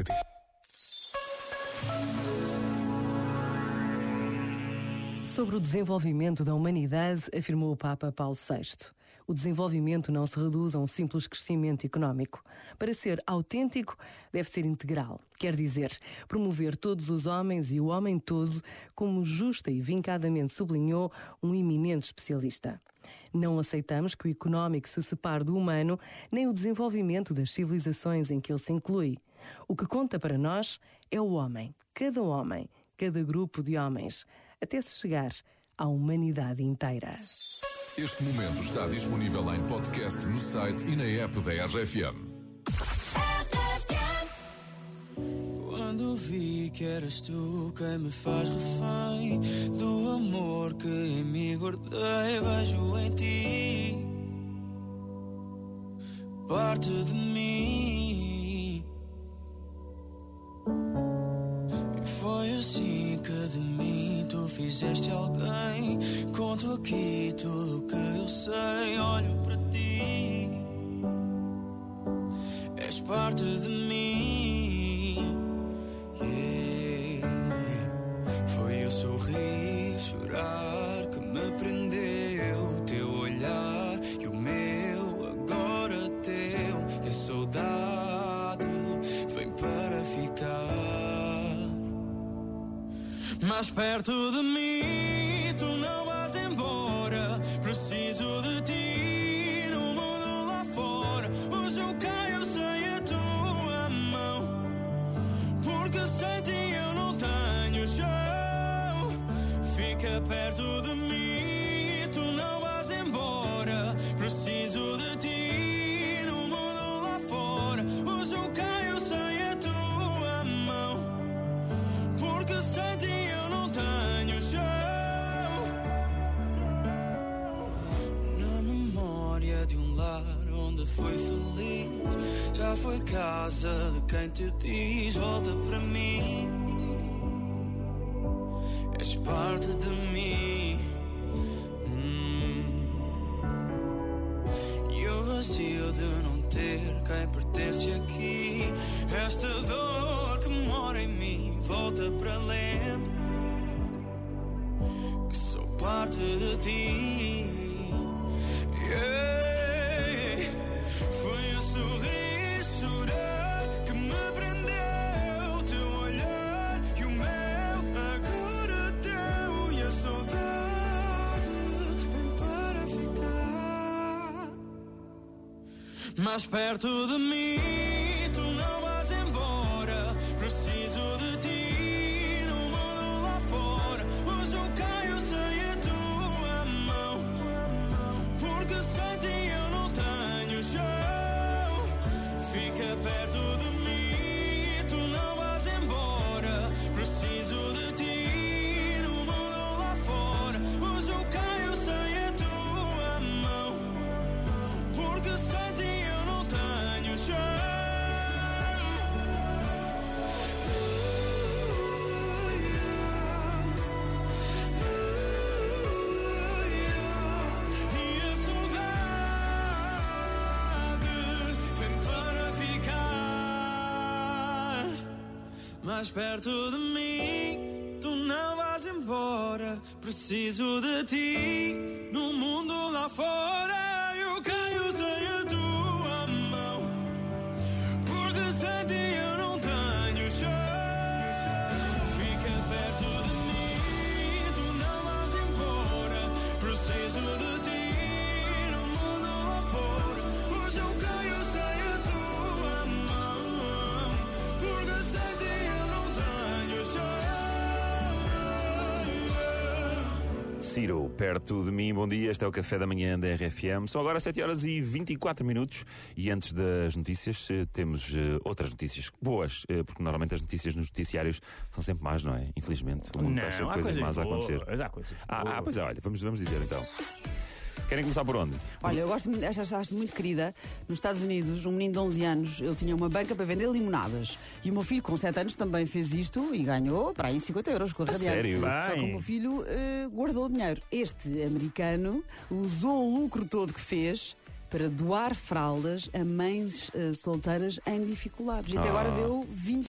rr.pt. Sobre o desenvolvimento da humanidade, afirmou o Papa Paulo VI. O desenvolvimento não se reduz a um simples crescimento económico. Para ser autêntico, deve ser integral. Quer dizer, promover todos os homens e o homem todo, como justa e vincadamente sublinhou um eminente especialista. Não aceitamos que o económico se separe do humano, nem o desenvolvimento das civilizações em que ele se inclui. O que conta para nós é o homem, cada grupo de homens, até se chegar à humanidade inteira. Este momento está disponível em podcast no site e na app da RFM. Quando vi que eras tu quem me faz refém do amor que em mim guardei, vejo em ti parte de mim. E foi assim que de mim tu fizeste alguém. Conto aqui tudo o que eu sei, olho para ti, és parte de mim. Foi o sorrir, chorar que me prendeu, teu olhar e o meu, agora teu, e a saudade vem para ficar. Mais perto de mim, tu não vais embora, preciso de ti no mundo lá fora. Hoje eu caio sem a tua mão, porque sem ti eu não tenho chão. Fica perto de mim, tu não vais embora, preciso de ti no mundo lá fora. Hoje eu caio sem a tua mão, porque sem ti eu não tenho chão. Na memória de um lar onde fui feliz, já foi casa de quem te diz volta para mim, és parte de mim. E o vazio de não ter quem pertence aqui, esta dor que mora em mim, volta para lembrar que sou parte de ti. Foi o sorrir, chorar que me prendeu, teu olhar e o meu, agora teu, e a saudade vem para ficar. Mais perto de mim, tu não vais embora, preciso de ti no mundo lá fora. Hoje eu caio sem a tua mão, porque sem ti eu não tenho chão. Fica perto de mim, tu não vais embora, preciso de ti no mundo lá fora. Hoje eu caio sem a tua mão, porque sem ti eu não tenho chão. E a saudade vem para ficar. Mais perto de mim, tu não vais embora, preciso de ti no mundo lá fora. Eu caio sem a tua mão, porque sem ti eu não tenho chão. Fica perto de mim, tu não vais embora, preciso de ti no mundo lá fora. Hoje eu caio sem a tua mão, porque sem ti eu não tenho chão. Ciro, perto de mim, bom dia, este é o Café da Manhã da RFM. São agora 7h24 e antes das notícias temos outras notícias boas, porque normalmente as notícias nos noticiários são sempre más, não é? Infelizmente, o mundo está cheio de coisas más a acontecer. Pois é, olha, vamos dizer então. Querem começar por onde? Olha, eu gosto muito, acho muito querida. Nos Estados Unidos, um menino de 11 anos, ele tinha uma banca para vender limonadas. E o meu filho, com 7 anos, também fez isto e ganhou para aí 50 euros com a radiante. Sério? Só que o meu filho guardou o dinheiro. Este americano usou o lucro todo que fez para doar fraldas a mães solteiras em dificuldades. E até agora deu 20